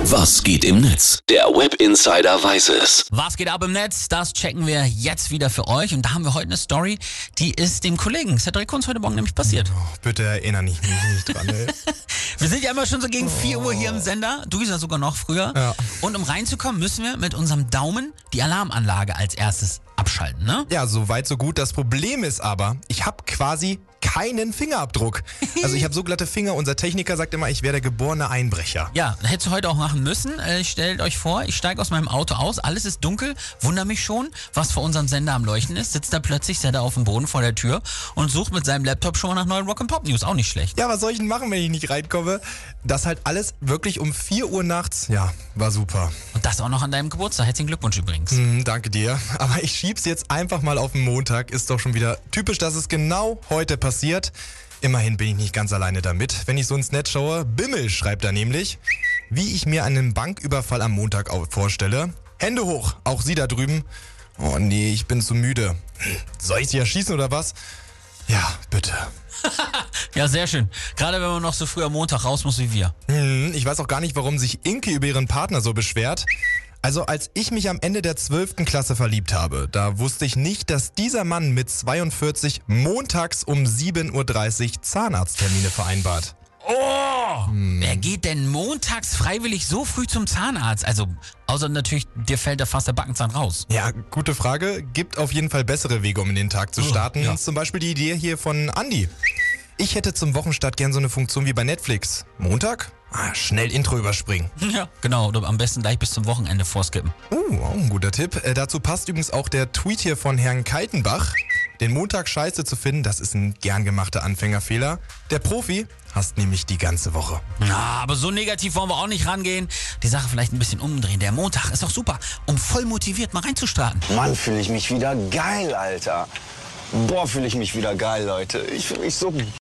Was geht im Netz? Der Web Insider weiß es. Was geht ab im Netz? Das checken wir jetzt wieder für euch. Und da haben wir heute eine Story, die ist dem Kollegen Cedric Kunz heute Morgen nämlich passiert. Oh, bitte erinnere mich nicht dran, ey. Wir sind ja immer schon so gegen 4 Uhr hier im Sender. Du bist ja sogar noch früher. Ja. Und um reinzukommen, müssen wir mit unserem Daumen die Alarmanlage als erstes abschalten, ne? Ja, so weit, so gut. Das Problem ist aber, ich habe quasi keinen Fingerabdruck. Also ich habe so glatte Finger, unser Techniker sagt immer, ich wäre der geborene Einbrecher. Ja, hättest du heute auch machen müssen. Stellt euch vor, ich steige aus meinem Auto aus, alles ist dunkel, wundere mich schon, was vor unserem Sender am Leuchten ist, sitzt da plötzlich Sedda auf dem Boden vor der Tür und sucht mit seinem Laptop schon mal nach neuen Rock'n'Pop-News, auch nicht schlecht. Ja, was soll ich denn machen, wenn ich nicht reinkomme? Das halt alles wirklich um 4 Uhr nachts, ja, war super. Und das auch noch an deinem Geburtstag, herzlichen Glückwunsch übrigens. Danke dir. Aber ich schieb's jetzt einfach mal auf den Montag. Ist doch schon wieder typisch, dass es genau heute passiert. Immerhin bin ich nicht ganz alleine damit. Wenn ich so ins Netz schaue, Bimmel schreibt da nämlich, wie ich mir einen Banküberfall am Montag vorstelle. Hände hoch, auch Sie da drüben. Oh nee, ich bin zu müde. Soll ich Sie erschießen oder was? Ja, bitte. Ja, sehr schön. Gerade wenn man noch so früh am Montag raus muss wie wir. Ich weiß auch gar nicht, warum sich Inke über ihren Partner so beschwert. Also als ich mich am Ende der 12. Klasse verliebt habe, da wusste ich nicht, dass dieser Mann mit 42 montags um 7.30 Uhr Zahnarzttermine vereinbart. Oh! Wer geht denn montags freiwillig so früh zum Zahnarzt? Also, außer natürlich, dir fällt da fast der Backenzahn raus. Ja, gute Frage. Gibt auf jeden Fall bessere Wege, um in den Tag zu starten. ja. Zum Beispiel die Idee hier von Andi. Ich hätte zum Wochenstart gern so eine Funktion wie bei Netflix. Montag? Schnell Intro überspringen. Ja, genau. Oder am besten gleich bis zum Wochenende vorskippen. Auch ein guter Tipp. Dazu passt übrigens auch der Tweet hier von Herrn Kaltenbach. Den Montag scheiße zu finden, das ist ein gern gemachter Anfängerfehler. Der Profi hasst nämlich die ganze Woche. Na, aber so negativ wollen wir auch nicht rangehen. Die Sache vielleicht ein bisschen umdrehen. Der Montag ist doch super, um voll motiviert mal reinzustarten. Mann, fühle ich mich wieder geil, Alter. Boah, fühle ich mich wieder geil, Leute. Ich fühle mich so